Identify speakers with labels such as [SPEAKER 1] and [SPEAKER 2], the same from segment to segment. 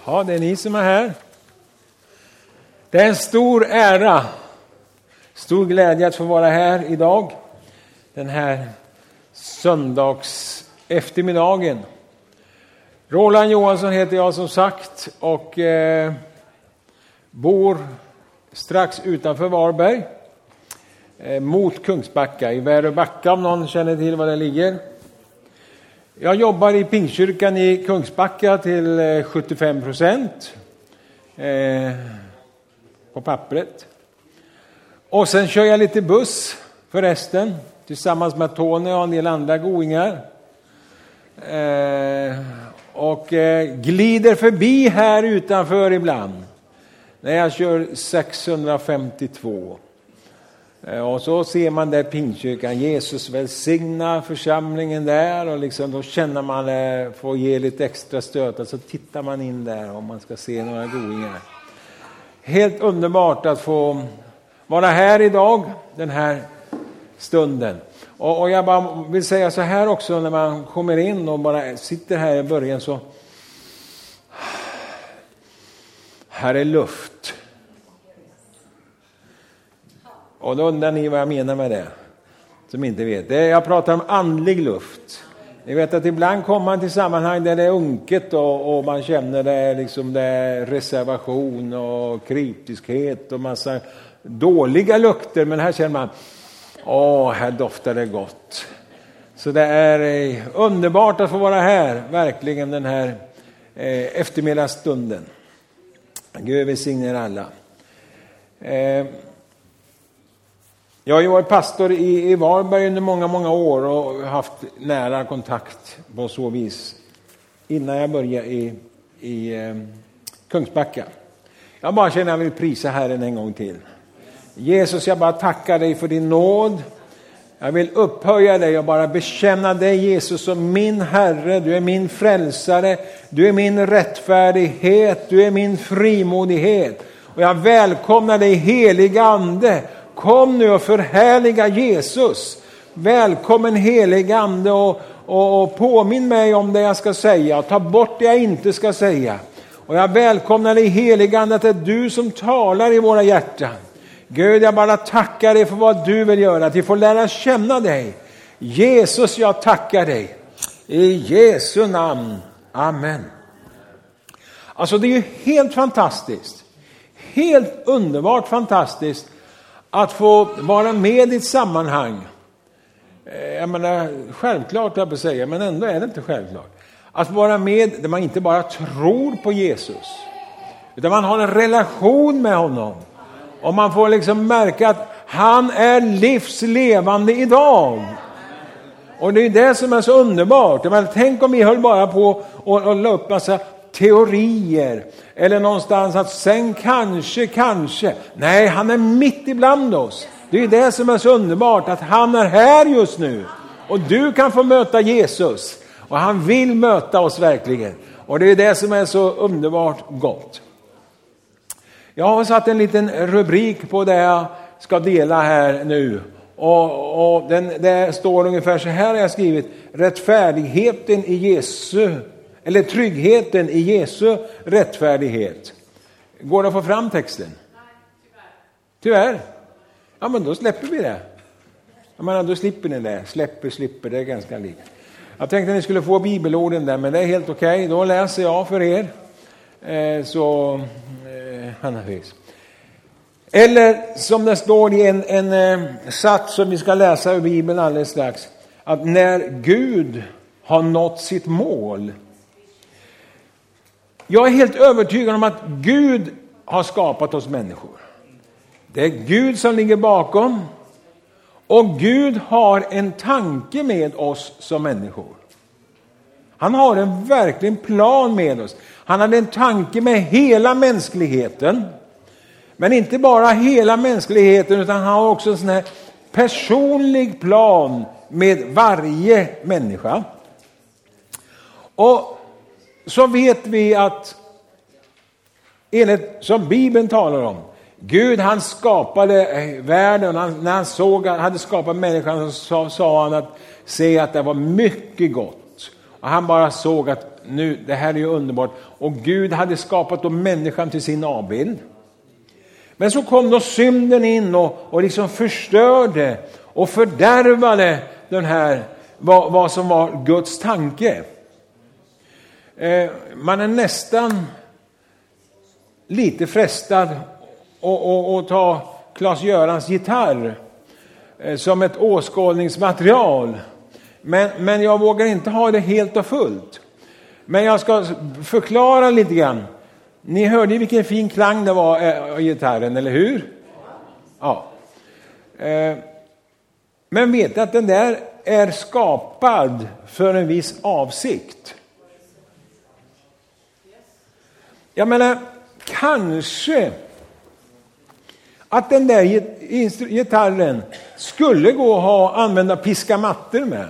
[SPEAKER 1] Ja, det är ni som är här. Det är en stor ära, stor glädje att få vara här idag. Den här söndags eftermiddagen. Roland Johansson heter jag som sagt och bor strax utanför Varberg. Mot Kungsbacka, i Väröbacka om någon känner till var det ligger. Jag jobbar i Pingstkyrkan i Kungsbacka till 75% på pappret. Och sen kör jag lite buss förresten tillsammans med Tony och en del andra goingar. Och glider förbi här utanför ibland när jag kör 652. Och så ser man där Pingstkyrkan, Jesus välsigna församlingen där, och liksom då känner man får ge lite extra stöt, så tittar man in där om man ska se några goingar. Helt underbart att få vara här idag, den här stunden. Och jag bara vill säga så här också, när man kommer in och bara sitter här i början, så här är luft. Och då undrar ni vad jag menar med det, som inte vet. Jag pratar om andlig luft. Ni vet att ibland kommer man till sammanhang där det är unket och man känner det, liksom det är reservation och kritiskhet och massa dåliga lukter. Men här känner man, här doftar det gott. Så det är underbart att få vara här, verkligen den här eftermiddagsstunden. Gud välsignar alla. Jag har ju varit pastor i Varberg under många år och haft nära kontakt på så vis innan jag började i Kungsbacka. Jag bara känner att jag vill prisa Herren en gång till. Jesus, jag bara tackar dig för din nåd. Jag vill upphöja dig och bara bekänna dig, Jesus, som min Herre. Du är min frälsare, du är min rättfärdighet, du är min frimodighet. Och jag välkomnar dig, heliga ande. Kom nu och förhärliga Jesus. Välkommen heliga ande och påminn mig om det jag ska säga. Ta bort det jag inte ska säga. Och jag välkomnar dig, heliga ande, att det är du som talar i våra hjärtan. Gud, jag bara tackar dig för vad du vill göra. Att vi får lära känna dig. Jesus, jag tackar dig. I Jesu namn. Amen. Alltså det är ju helt fantastiskt. Helt underbart fantastiskt att få vara med i ett sammanhang. Jag menar, självklart jag vill säga, men ändå är det inte självklart. Att vara med där man inte bara tror på Jesus, utan man har en relation med honom. Och man får liksom märka att han är livslevande idag. Och det är det som är så underbart. Men tänk om vi höll bara på och la upp massa teorier. Eller någonstans att sen kanske. Nej, han är mitt ibland oss. Det är det som är så underbart. Att han är här just nu. Och du kan få möta Jesus. Och han vill möta oss verkligen. Och det är det som är så underbart gott. Jag har satt en liten rubrik på det jag ska dela här nu. Och det står ungefär så här, har jag skrivit. Rättfärdigheten i Jesu. Eller tryggheten i Jesu rättfärdighet. Går det att få fram texten? Nej, tyvärr. Ja, men då släpper vi det. Jag menar, då slipper ni det. Slipper, det är ganska likt. Jag tänkte att ni skulle få bibelorden där, men det är helt okej. Då läser jag för er. Eller som det står i en sats som vi ska läsa i Bibeln alldeles strax. Att när Gud har nått sitt mål. Jag är helt övertygad om att Gud har skapat oss människor. Det är Gud som ligger bakom. Och Gud har en tanke med oss som människor. Han har en verklig plan med oss. Han hade en tanke med hela mänskligheten. Men inte bara hela mänskligheten, utan han har också en sån här personlig plan med varje människa. Och så vet vi att enligt som Bibeln talar om, Gud han skapade världen, när han såg att han hade skapat människan, så sa han att se att det var mycket gott. Och han bara såg att nu, det här är ju underbart. Och Gud hade skapat då människan till sin avbild. Men så kom då synden in och liksom förstörde och fördärvade den här, vad som var Guds tanke. Man är nästan lite frestad att ta Claes-Görans gitarr som ett åskådningsmaterial. Men jag vågar inte ha det helt och fullt. Men jag ska förklara lite grann. Ni hörde vilken fin klang det var av gitarren, eller hur? Ja. Men vet att den där är skapad för en viss avsikt. Jag menar, kanske att den där gitarren skulle gå att använda piska mattor med.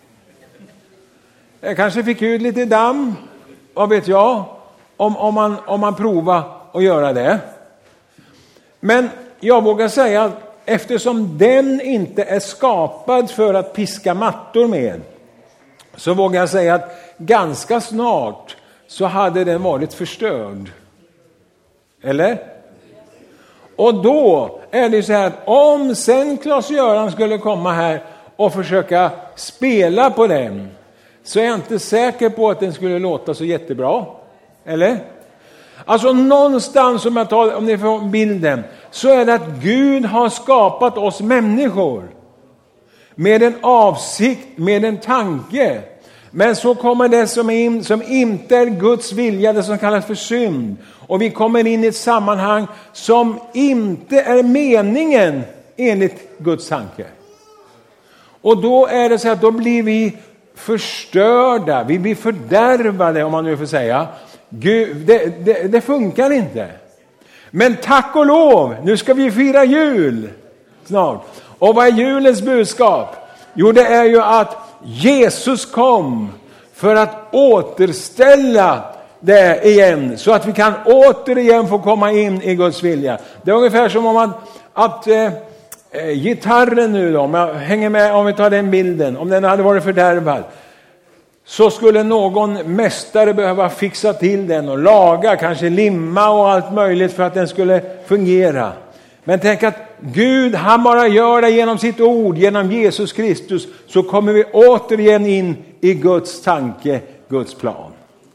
[SPEAKER 1] Jag kanske fick ut lite damm, vad vet jag, om man provar att göra det. Men jag vågar säga att eftersom den inte är skapad för att piska mattor med, så vågar jag säga att ganska snart så hade den varit förstörd. Eller? Och då är det så här att om sen Claes-Göran skulle komma här och försöka spela på den, så är jag inte säker på att den skulle låta så jättebra. Eller? Alltså någonstans, om ni får bilden, så är det att Gud har skapat oss människor med en avsikt, med en tanke. Men så kommer det som inte är Guds vilja, det som kallas för synd. Och vi kommer in i ett sammanhang som inte är meningen enligt Guds tanke. Och då är det så att då blir vi förstörda, vi blir fördärvade, om man nu får säga. Gud, det funkar inte. Men tack och lov, nu ska vi fira jul snart. Och vad är julens budskap? Jo, det är ju att Jesus kom för att återställa det igen, så att vi kan återigen få komma in i Guds vilja. Det är ungefär som om att gitarren nu då, om jag hänger med, om vi tar den bilden, om den hade varit fördärvad, så skulle någon mästare behöva fixa till den och laga, kanske limma och allt möjligt för att den skulle fungera. Men tänk att Gud, han bara gör det genom sitt ord, genom Jesus Kristus, så kommer vi återigen in i Guds tanke, Guds plan.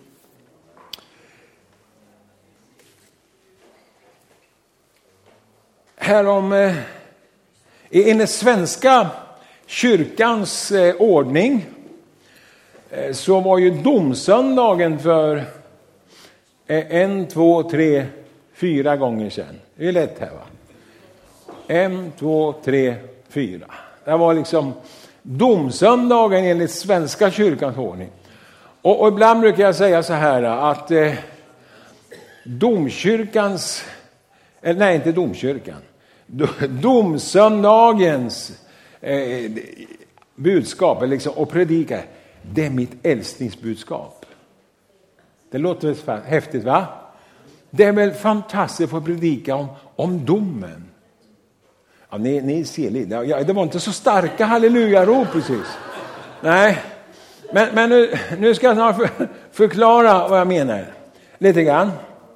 [SPEAKER 1] I den svenska kyrkans ordning så var ju domsöndagen för 1, 2, 3, 4 gånger sedan. Det är lätt här, va? 1, 2, 3, 4. Det var liksom domsöndagen enligt svenska kyrkans ordning. Och ibland brukar jag säga så här att domsöndagens budskap liksom, och predika, det är mitt älsklingsbudskap. Det låter väl häftigt, va? Det är väl fantastiskt att få predika om domen. Ja, ni ser lite. Ja, det var inte så starka halleluja-rop precis. Nej, men nu ska jag snart förklara vad jag menar. Lite grann.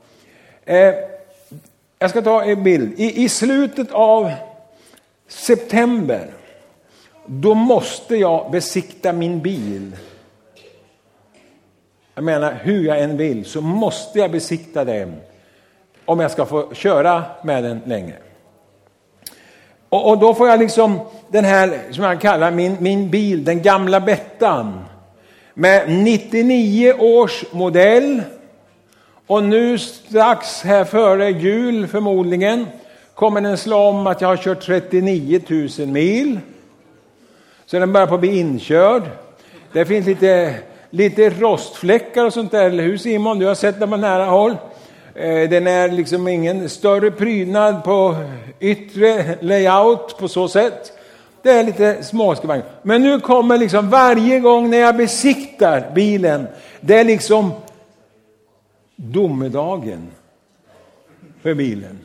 [SPEAKER 1] Jag ska ta en bild. I slutet av september, då måste jag besikta min bil. Jag menar, hur jag än vill så måste jag besikta den om jag ska få köra med den längre. Och då får jag liksom den här, som jag kallar min bil, den gamla Bettan, med 99 års modell. Och nu strax här före jul förmodligen kommer den slå om att jag har kört 39 000 mil. Så den börjar på att bli inkörd. Det finns lite rostfläckar och sånt där. Eller hur, Simon? Du har sett det på nära håll. Den är liksom ingen större prydnad på yttre layout på så sätt. Det är lite småskavang. Men nu kommer liksom varje gång när jag besiktar bilen, det är liksom domedagen för bilen.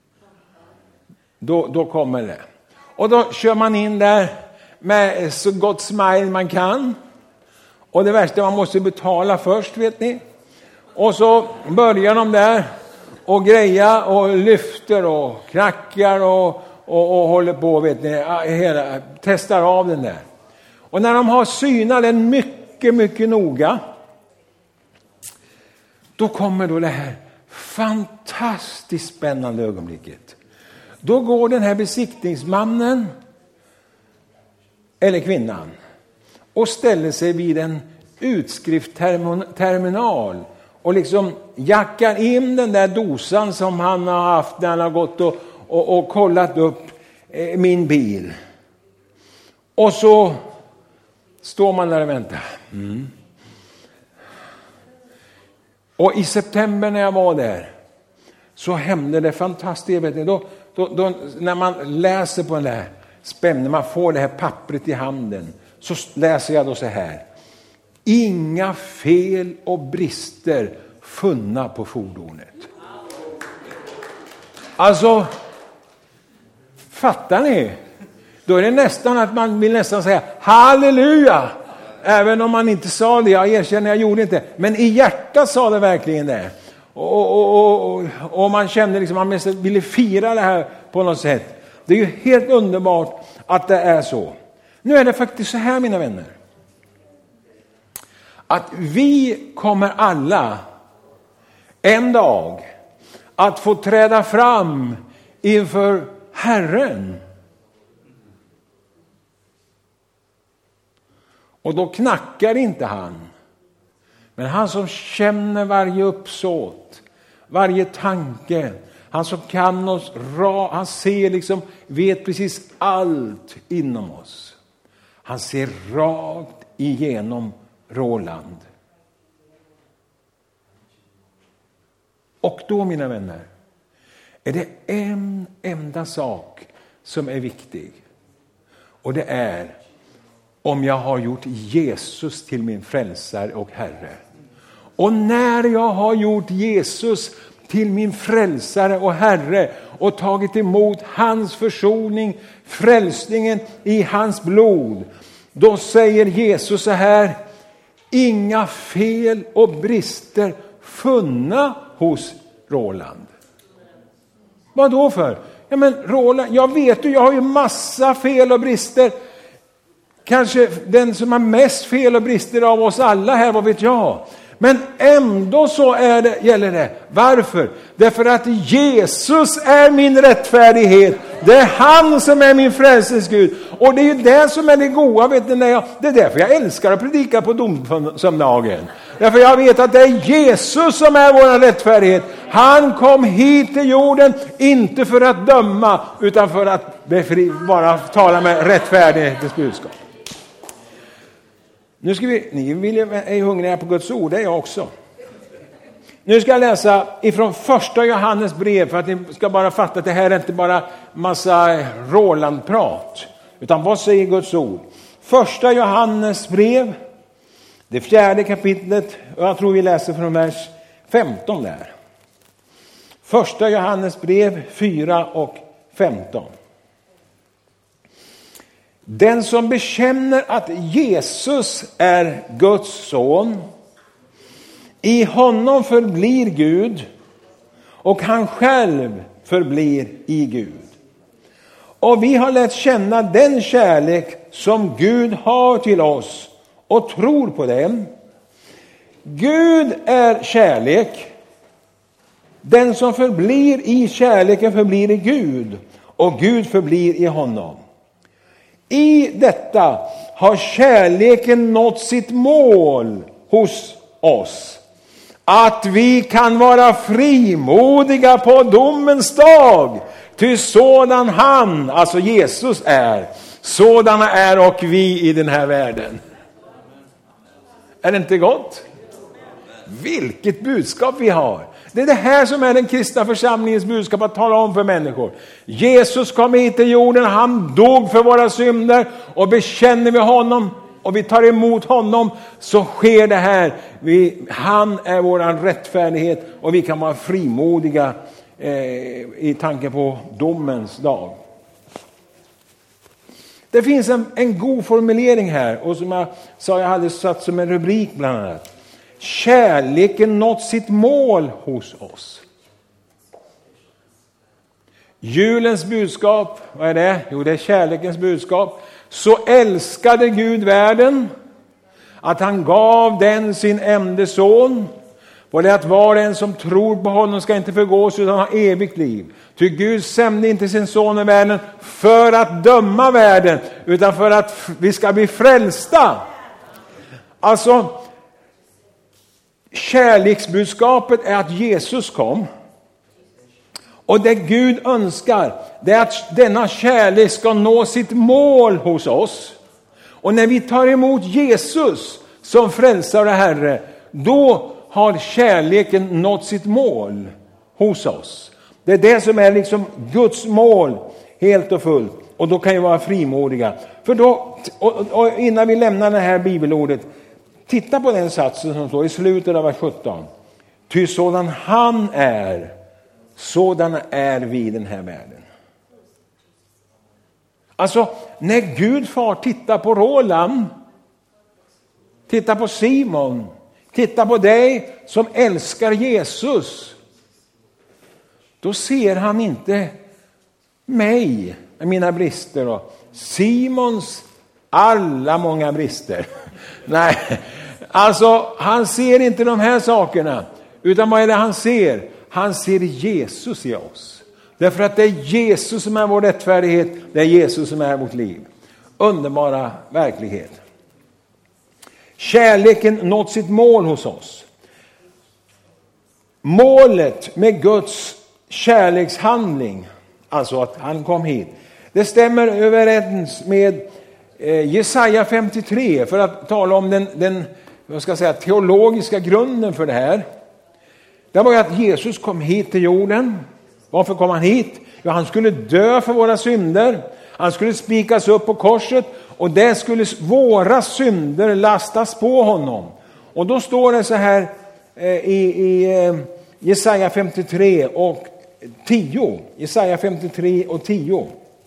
[SPEAKER 1] Då kommer det. Och då kör man in där med så gott smile man kan. Och det värsta, man måste betala först, vet ni. Och så börjar de där och greja och lyfter och knackar och håller på, vet ni. Testar av den där. Och när de har synat den mycket, mycket noga, då kommer då det här fantastiskt spännande ögonblicket. Då går den här besiktningsmannen eller kvinnan och ställer sig vid en utskriftterminal och liksom jackar in den där dosan som han har haft när han har gått och kollat upp min bil. Och så står man där och väntar. Och i september när jag var där så hände det fantastiskt. Vet ni, då, när man läser på den där spänningen, man får det här pappret i handen, så läser jag då så här: inga fel och brister funna på fordonet. Alltså, fattar ni? Då är det nästan att man vill nästan säga halleluja. Även om man inte sa det, jag erkänner, jag gjorde inte. Men i hjärtat sa det verkligen det. Och man kände liksom, man ville fira det här på något sätt. Det är ju helt underbart att det är så. Nu är det faktiskt så här, mina vänner, att vi kommer alla en dag att få träda fram inför Herren. Och då knackar inte han. Men han som känner varje uppsåt, varje tanke, han som kan oss, han ser liksom, vet precis allt inom oss. Han ser rakt igenom Roland. Och då, mina vänner, är det en enda sak som är viktig. Och det är om jag har gjort Jesus till min frälsare och Herre. Och när jag har gjort Jesus till min frälsare och Herre och tagit emot hans försoning, frälsningen i hans blod, då säger Jesus så här: inga fel och brister funna hos Roland. Vad då för? Ja, men Roland, jag vet ju, jag har ju massa fel och brister. Kanske den som har mest fel och brister av oss alla här, vad vet jag. Men ändå så gäller det. Varför? Därför att Jesus är min rättfärdighet. Det är han som är min frälses Gud. Och det är ju det som är det goda. Vet ni, det är därför jag älskar att predika på domsöndagen. Därför jag vet att det är Jesus som är vår rättfärdighet. Han kom hit till jorden inte för att döma, utan för att bara tala med rättfärdighetens budskap. Nu ska ni är hungriga på Guds ord, det är jag också. Nu ska jag läsa ifrån första Johannes brev, för att ni ska bara fatta att det här är inte bara massa Roland-prat, utan vad säger Guds ord? Första Johannes brev, det 4:e kapitlet, och jag tror vi läser från vers 15 där. Första Johannes brev 4 och 15. Den som bekänner att Jesus är Guds son, i honom förblir Gud och han själv förblir i Gud. Och vi har lärt känna den kärlek som Gud har till oss och tror på den. Gud är kärlek. Den som förblir i kärleken förblir i Gud och Gud förblir i honom. I detta har kärleken nått sitt mål hos oss, att vi kan vara frimodiga på domens dag. Ty sådan han, alltså Jesus, är, sådana är och vi i den här världen. Är det inte gott? Vilket budskap vi har. Det är det här som är den kristna församlingens budskap, att tala om för människor. Jesus kom hit till jorden, han dog för våra synder, och bekänner vi honom och vi tar emot honom, så sker det här. Han är vår rättfärdighet och vi kan vara frimodiga i tanke på domens dag. Det finns en god formulering här, och som jag sa, jag hade satt som en rubrik bland annat. Kärleken nått sitt mål hos oss. Julens budskap, vad är det? Jo, det är kärlekens budskap. Så älskade Gud världen att han gav den sin enda son. Och det att var en som tror på honom ska inte förgås utan ha evigt liv. Ty Gud sände inte sin son i världen för att döma världen, utan för att vi ska bli frälsta. Alltså, kärleksbudskapet är att Jesus kom. Och det Gud önskar, det är att denna kärlek ska nå sitt mål hos oss. Och när vi tar emot Jesus som frälsare och Herre, då har kärleken nått sitt mål hos oss. Det är det som är liksom Guds mål helt och fullt. Och då kan vi vara frimodiga. För då, och innan vi lämnar det här bibelordet, titta på den satsen som står i slutet av vers 17. Ty sådan han är, sådana är vi i den här världen. Alltså, när Gud far titta på Roland, titta på Simon, titta på dig som älskar Jesus, då ser han inte mig med mina brister och Simons alla många brister. Nej, alltså han ser inte de här sakerna, utan vad är det han ser? Han ser Jesus i oss. Därför att det är Jesus som är vår rättfärdighet, det är Jesus som är vårt liv. Underbara verklighet. Kärleken nått sitt mål hos oss. Målet med Guds kärlekshandling, alltså att han kom hit, det stämmer överens med Jesaja 53, för att tala om den vad ska jag säga, teologiska grunden för det här. Det var ju att Jesus kom hit till jorden. Varför kom han hit? Ja, han skulle dö för våra synder. Han skulle spikas upp på korset, och det skulle våra synder lastas på honom. Och då står det så här i Jesaja 53 och 10. Jesaja 53 och 10.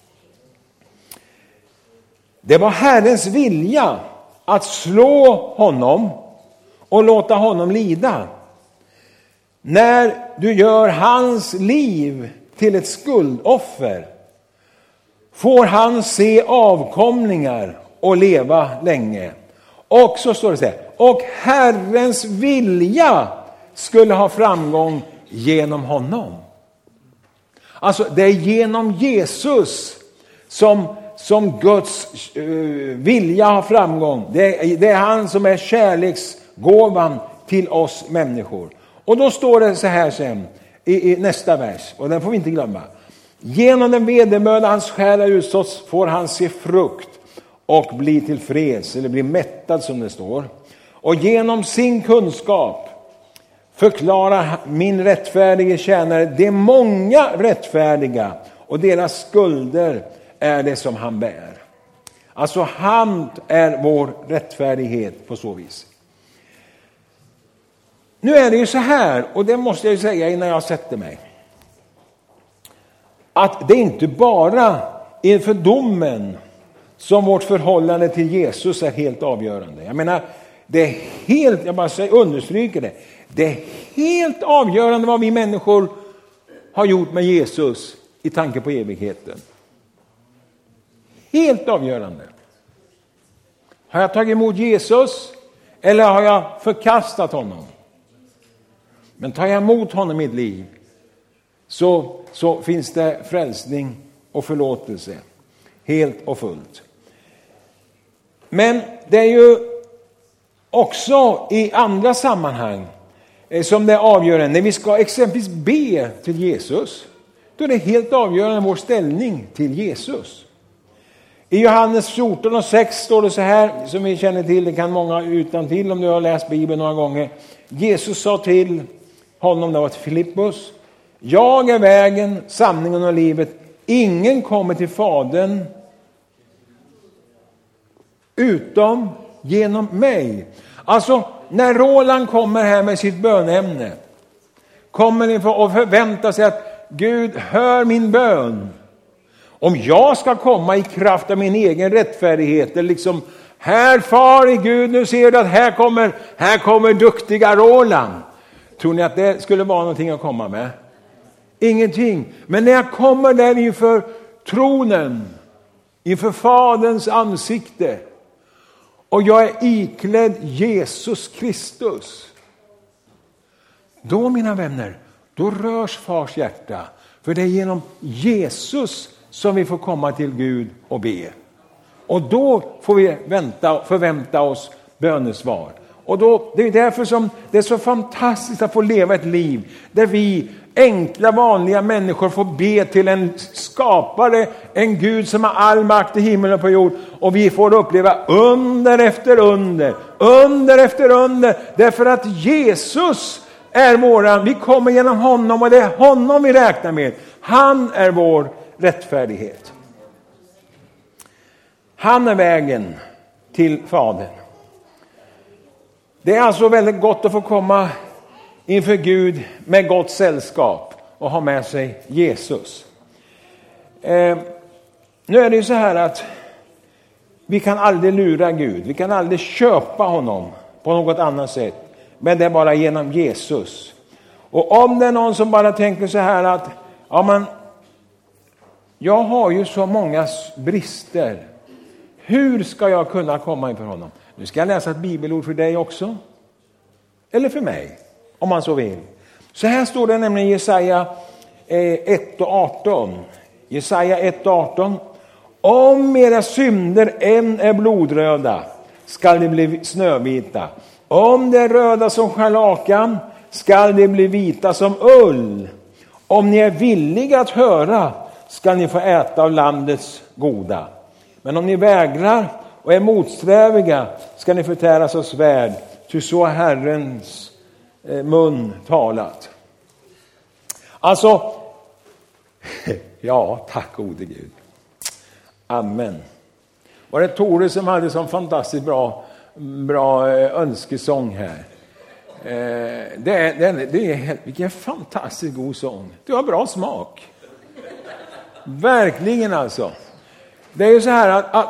[SPEAKER 1] Det var Herrens vilja att slå honom och låta honom lida. När du gör hans liv till ett skuldoffer, får han se avkomlingar och leva länge. Och så står det så här, och Herrens vilja skulle ha framgång genom honom. Alltså det är genom Jesus som Guds vilja har framgång. Det är han som är kärleksgåvan till oss människor. Och då står det så här sen i nästa vers, och den får vi inte glömma. Genom den vedermöda hans själ utstått får han se frukt och bli tillfreds, eller bli mättad som det står. Och genom sin kunskap förklara min rättfärdige tjänare de många rättfärdiga, och deras skulder är det som han bär. Alltså han är vår rättfärdighet på så vis. Nu är det ju så här, och det måste jag säga innan jag sätter mig, att det är inte bara inför domen som vårt förhållande till Jesus är helt avgörande. Jag menar, det är helt, jag bara understryker det, det är helt avgörande vad vi människor har gjort med Jesus i tanke på evigheten. Helt avgörande. Har jag tagit emot Jesus eller har jag förkastat honom? Men tar jag emot honom i mitt liv, så finns det frälsning och förlåtelse helt och fullt. Men det är ju också i andra sammanhang som det är avgörande. När vi ska exempelvis be till Jesus, då är det helt avgörande vår ställning till Jesus. I Johannes 14 och 6 står det så här, som vi känner till, det kan många utantill om du har läst Bibeln några gånger. Jesus sa till honom, det var till Filippus: jag är vägen, sanningen och livet. Ingen kommer till Fadern utom genom mig. Alltså, när Roland kommer här med sitt bönämne, kommer ni och förväntar sig att Gud hör min bön Om jag ska komma i kraft av min egen rättfärdighet, eller liksom, här far i Gud, nu ser du att här kommer duktiga Roland. Tror ni att det skulle vara någonting att komma med? Ingenting. Men när jag kommer där inför tronen, inför Faderns ansikte, och jag är iklädd Jesus Kristus, då mina vänner, då rörs fars hjärta. För det är genom Jesus som vi får komma till Gud och be. Och då får vi förvänta oss bönesvar. Och då, det är därför som det är så fantastiskt att få leva ett liv där vi enkla vanliga människor får be till en skapare, en Gud som har all makt i himmel och på jord, och vi får uppleva under efter under, därför att Jesus är våran, vi kommer genom honom och det är honom vi räknar med. Han är vår rättfärdighet. Han är vägen till Fadern. Det är alltså väldigt gott att få komma inför Gud med gott sällskap och ha med sig Jesus. Nu är det ju så här att vi kan aldrig lura Gud. Vi kan aldrig köpa honom på något annat sätt. Men det är bara genom Jesus. Och om det är någon som bara tänker så här att ja, men jag har ju så många brister. Hur ska jag kunna komma inför honom? Nu ska jag läsa ett bibelord för dig också. Eller för mig, om man så vill. Så här står det nämligen i Jesaja 1:18. Jesaja 1:18. Om era synder än är blodröda skall de bli snövita. Om de är röda som scharlakan skall de bli vita som ull. Om ni är villiga att höra skall ni få äta av landets goda. Men om ni vägrar och är motsträviga ska ni förtäras av svärd. Ty så har Herrens mun talat. Alltså, ja, tack gode Gud. Amen. Var det Tore som hade sån fantastiskt bra önskesång här. Det är vilken fantastiskt god sång. Du har bra smak. Verkligen alltså. Det är ju så här att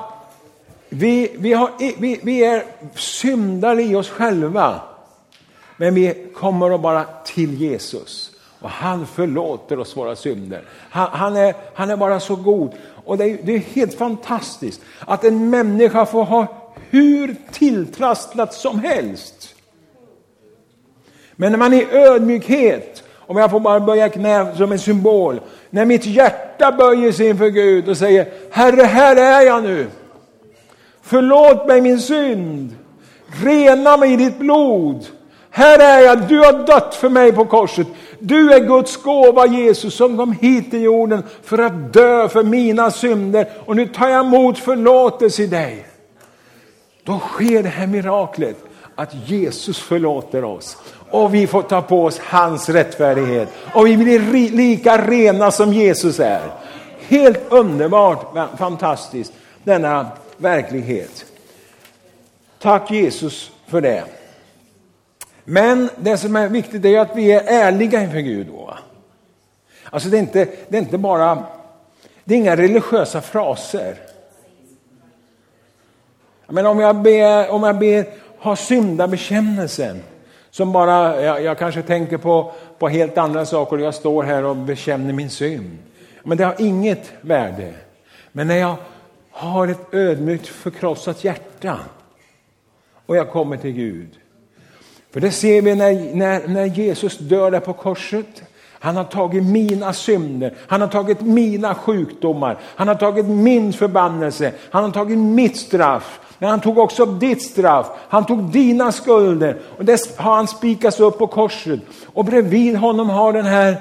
[SPEAKER 1] vi är syndare i oss själva. Men vi kommer bara till Jesus. Och han förlåter oss våra synder. Han är bara så god. Och det är helt fantastiskt att en människa får ha hur tilltrasslat som helst. Men när man är ödmjukhet, om jag får bara böja knä som en symbol, när mitt hjärta böjer sig inför Gud och säger: Herre, här är jag nu. Förlåt mig min synd. Rena mig i ditt blod. Här är jag, du har dött för mig på korset. Du är Guds gåva, Jesus, som kom hit till jorden för att dö för mina synder. Och nu tar jag emot förlåtelse i dig. Då sker det här miraklet att Jesus förlåter oss. Och vi får ta på oss hans rättfärdighet. Och vi blir lika rena som Jesus är. Helt underbart, fantastiskt, denna verklighet. Tack Jesus för det. Men det som är viktigt är att vi är ärliga inför Gud då. Alltså det är inte bara, det är inga religiösa fraser. Men om jag ber ha syndabekännelsen, som bara, jag kanske tänker på helt andra saker, och jag står här och bekänner min synd. Men det har inget värde. Men när jag har ett ödmjukt förkrossat hjärta och jag kommer till Gud. För det ser vi när Jesus dör där på korset. Han har tagit mina synder. Han har tagit mina sjukdomar. Han har tagit min förbannelse. Han har tagit mitt straff. Men han tog också ditt straff. Han tog dina skulder. Och det har han spikats upp på korset. Och bredvid honom har den här,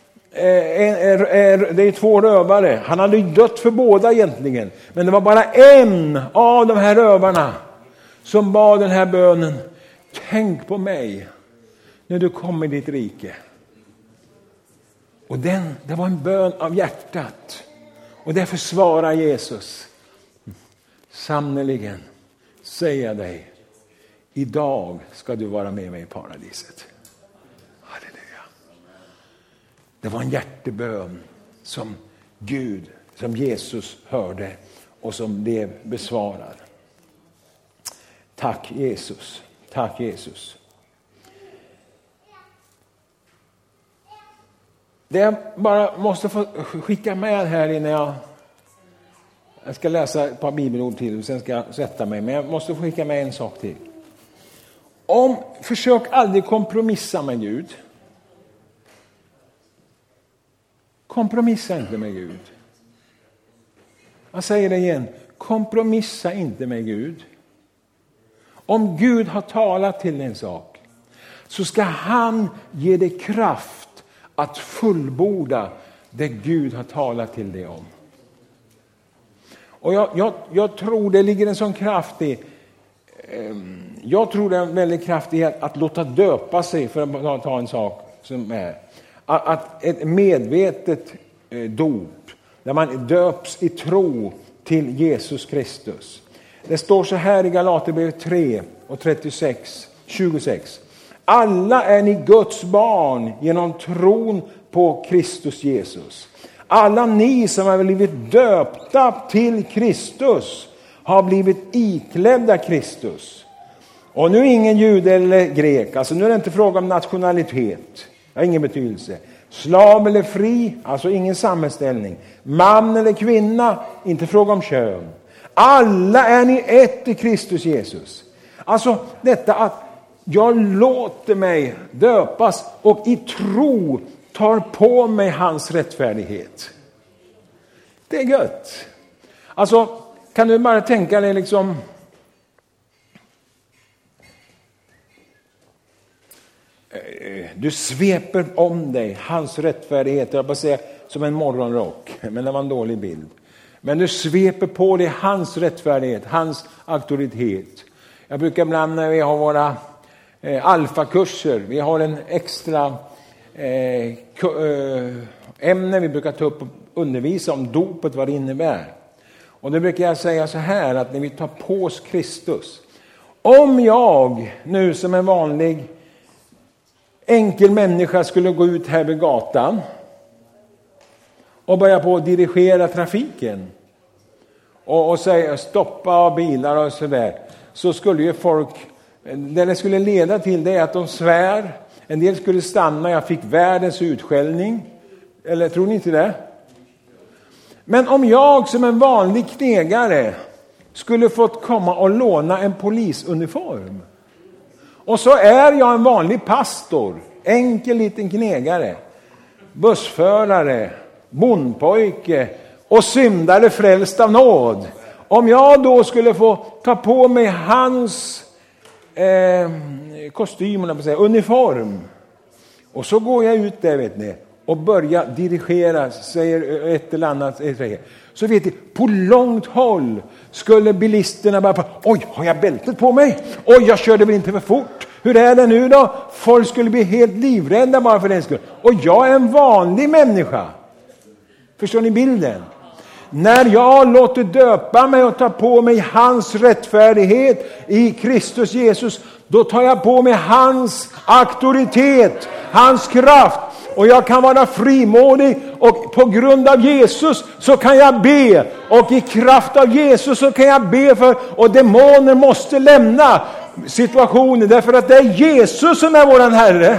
[SPEAKER 1] det är 2 rövare. Han hade ju dött för båda egentligen. Men det var bara en av de här rövarna som bad den här bönen: tänk på mig när du kommer i ditt rike. Och det var en bön av hjärtat. Och därför svarar Jesus: sannerligen säger jag dig, idag ska du vara med mig i paradiset. Halleluja. Det var en hjärtebön som Gud som Jesus hörde och som blev besvarad. Tack Jesus, tack Jesus. Det jag bara måste få skicka med här innan jag ska läsa ett par bibelord till och sen ska jag sätta mig. Men jag måste få skicka med en sak till. Försök aldrig kompromissa med Gud. Kompromissa inte med Gud. Jag säger det igen. Kompromissa inte med Gud. Om Gud har talat till en sak så ska han ge dig kraft att fullborda det Gud har talat till dig om. Och jag tror det ligger en sån kraft i. Jag tror det är en väldigt kraft i att låta döpa sig, för att ta en sak som är. Att ett medvetet dop, där man döps i tro till Jesus Kristus. Det står så här i Galaterbrevet 3 och 26. Alla är ni Guds barn genom tron på Kristus Jesus. Alla ni som har blivit döpta till Kristus har blivit iklädda Kristus. Och nu är ingen jude eller grek, alltså nu är det inte fråga om nationalitet. Det har ingen betydelse. Slav eller fri, alltså ingen samhällsställning. Man eller kvinna, inte fråga om kön. Alla är ni ett i Kristus Jesus. Alltså detta att jag låter mig döpas och i tro tar på mig hans rättfärdighet. Det är gött. Alltså kan du bara tänka dig liksom. Du sveper om dig hans rättfärdighet. Jag bara säga som en morgonrock. Men det var en dålig bild. Men du sveper på dig hans rättfärdighet. Hans auktoritet. Jag brukar ibland när vi har våra alfakurser. Vi har en extra ämne vi brukar ta upp och undervisa om dopet, vad det innebär. Och då brukar jag säga så här att när vi tar på oss Kristus. Om jag nu som en vanlig enkel människa skulle gå ut här vid gatan och börja på att dirigera trafiken och säga stoppa bilar och sådär, så skulle ju folk, det skulle leda till det att de svär, en del skulle stanna, jag fick världens utskällning, eller tror ni inte det? Men om jag som en vanlig knegare skulle fått komma och låna en polisuniform, och så är jag en vanlig pastor, enkel liten knegare, bussförare, bondpojke och syndare frälst av nåd. Om jag då skulle få ta på mig hans kostym, uniform, och så går jag ut där, vet ni, och börjar dirigera, säger ett eller annat, så vet ni, på långt håll skulle bilisterna bara, oj, har jag bältet på mig? Oj, jag körde väl inte för fort? Hur är det nu då? Folk skulle bli helt livrädda bara för den skull. Och jag är en vanlig människa. Förstår ni bilden? När jag låter döpa mig och ta på mig hans rättfärdighet i Kristus Jesus, då tar jag på mig hans auktoritet, hans kraft. Och jag kan vara frimodig, och på grund av Jesus så kan jag be. Och i kraft av Jesus så kan jag be för, och demoner måste lämna situationen. Därför att det är Jesus som är våran Herre.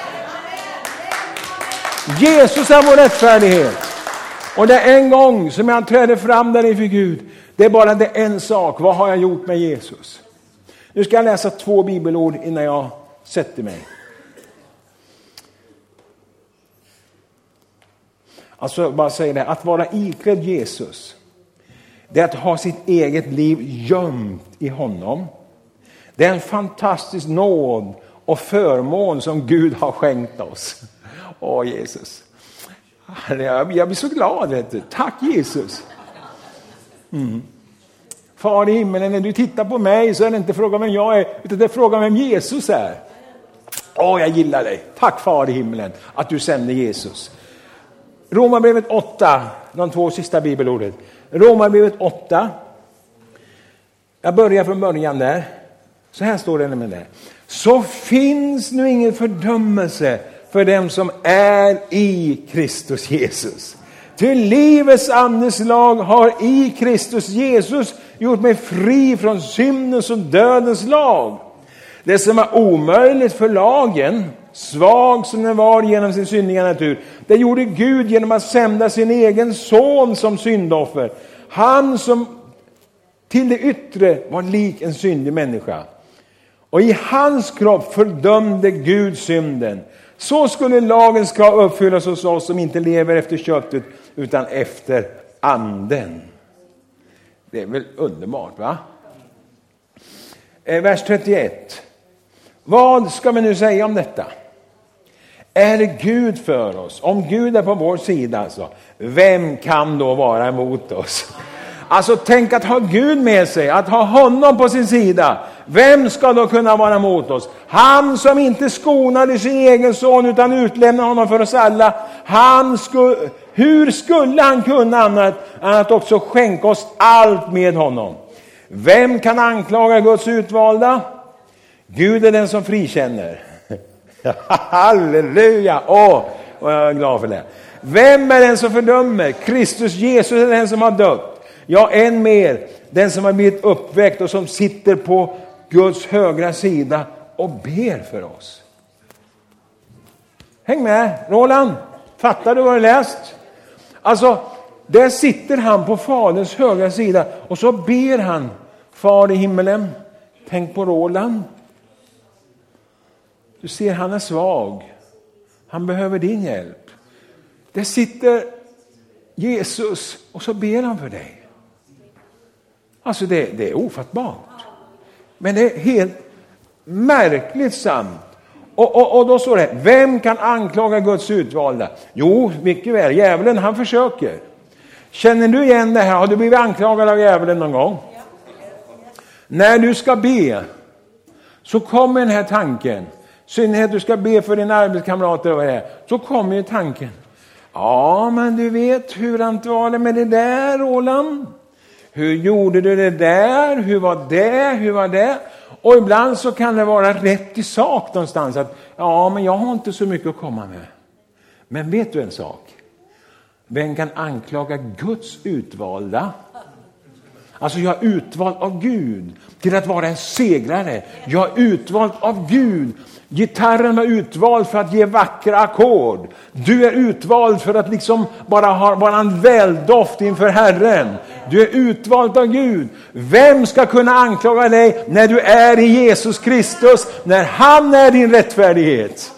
[SPEAKER 1] Jesus är vår rättfärdighet. Och det är en gång som jag träder fram där inför Gud. Det är bara det en sak. Vad har jag gjort med Jesus? Nu ska jag läsa 2 bibelord innan jag sätter mig. Alltså bara säga det, att vara iklädd Jesus, det är att ha sitt eget liv gömt i honom. Det är en fantastisk nåd och förmån som Gud har skänkt oss. Åh Jesus. Jag blir så glad, vet du. Tack Jesus. Far i himmelen, när du tittar på mig så är det inte fråga om vem jag är, utan det är fråga om vem Jesus är. Jag gillar dig. Tack far i himmelen att du sände Jesus. Romarbrevet 8, de 2 sista bibelordet. Romarbrevet 8. Jag börjar från början där. Så här står det nämligen där. Så finns nu ingen fördömelse för dem som är i Kristus Jesus. Till livets andes lag har i Kristus Jesus gjort mig fri från syndens och dödens lag. Det som var omöjligt för lagen, svag som den var genom sin syndiga natur, det gjorde Gud genom att sända sin egen son som syndoffer. Han som till det yttre var lik en syndig människa. Och i hans kropp fördömde Gud synden. Så skulle lagens krav uppfyllas hos oss som inte lever efter köttet utan efter anden. Det är väl underbart, va? Vers 31. Vad ska vi nu säga om detta? Är det Gud för oss? Om Gud är på vår sida, alltså, vem kan då vara emot oss? Alltså tänk att ha Gud med sig, att ha honom på sin sida. Vem ska då kunna vara emot oss? Han som inte skonade sin egen son utan utlämnade honom för oss alla. Hur skulle han kunna annat än att också skänka oss allt med honom? Vem kan anklaga Guds utvalda? Gud är den som frikänner. Halleluja! Vad jag är glad för det. Vem är den som fördömer? Kristus Jesus är den som har dött. Ja, än mer, den som har blivit uppväckt och som sitter på Guds högra sida och ber för oss. Häng med, Roland. Fattar du vad du läst? Alltså, där sitter han på Faderns högra sida och så ber han, Far i himmelen, tänk på Roland. Du ser, han är svag. Han behöver din hjälp. Där sitter Jesus och så ber han för dig. Alltså det är ofattbart. Men det är helt märkligt sant. Och då står det, vem kan anklaga Guds utvalda? Jo, mycket väl, djävulen, han försöker. Känner du igen det här? Har du blivit anklagad av djävulen någon gång? När du ska be så kommer den här tanken. Synnerhet du ska be för dina arbetskamrater och vad det är. Så kommer ju tanken. Ja, men du vet hur han var det med det där, Roland. Hur gjorde du det där? Hur var det? Hur var det? Och ibland så kan det vara rätt i sak någonstans. Att ja, men jag har inte så mycket att komma med. Men vet du en sak? Vem kan anklaga Guds utvalda? Alltså jag är utvald av Gud till att vara en segrare. Jag är utvald av Gud. Gitarren var utvald för att ge vackra ackord. Du är utvald för att liksom bara en väldoft inför Herren. Du är utvald av Gud. Vem ska kunna anklaga dig när du är i Jesus Kristus? När han är din rättfärdighet.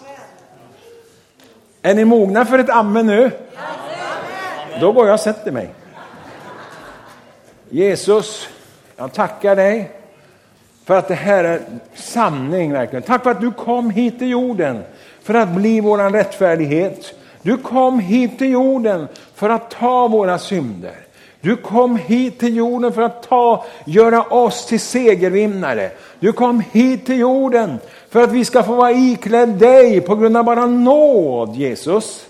[SPEAKER 1] Är ni mogna för ett amen nu? Då går jag och sätter mig. Jesus, jag tackar dig för att det här är sanning verkligen. Tack för att du kom hit till jorden för att bli våran rättfärdighet. Du kom hit till jorden för att ta våra synder. Du kom hit till jorden för att göra oss till segervinnare. Du kom hit till jorden för att vi ska få vara iklädd dig på grund av bara nåd, Jesus.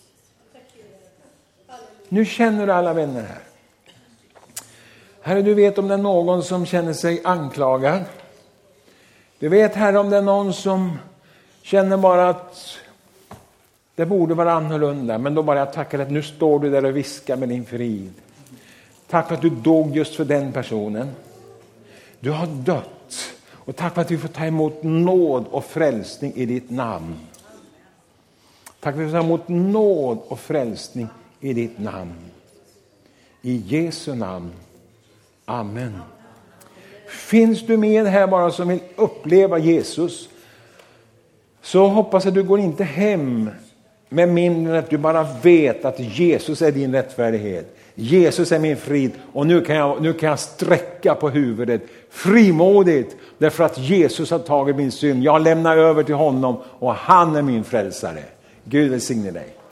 [SPEAKER 1] Nu känner du alla vänner här. Herre, du vet om det är någon som känner sig anklagad. Du vet, Herre, om det är någon som känner bara att det borde vara annorlunda. Men då bara jag tackar att nu står du där och viskar med din frid. Tack för att du dog just för den personen. Du har dött. Och tack för att vi får ta emot nåd och frälsning i ditt namn. Tack för att vi får ta emot nåd och frälsning i ditt namn. I Jesu namn. Amen. Finns du med här bara som vill uppleva Jesus, så hoppas att du går inte hem med mindre att du bara vet att Jesus är din rättfärdighet. Jesus är min frid och nu kan jag sträcka på huvudet frimodigt därför att Jesus har tagit min synd. Jag lämnar över till honom och han är min frälsare. Gud välsigne dig.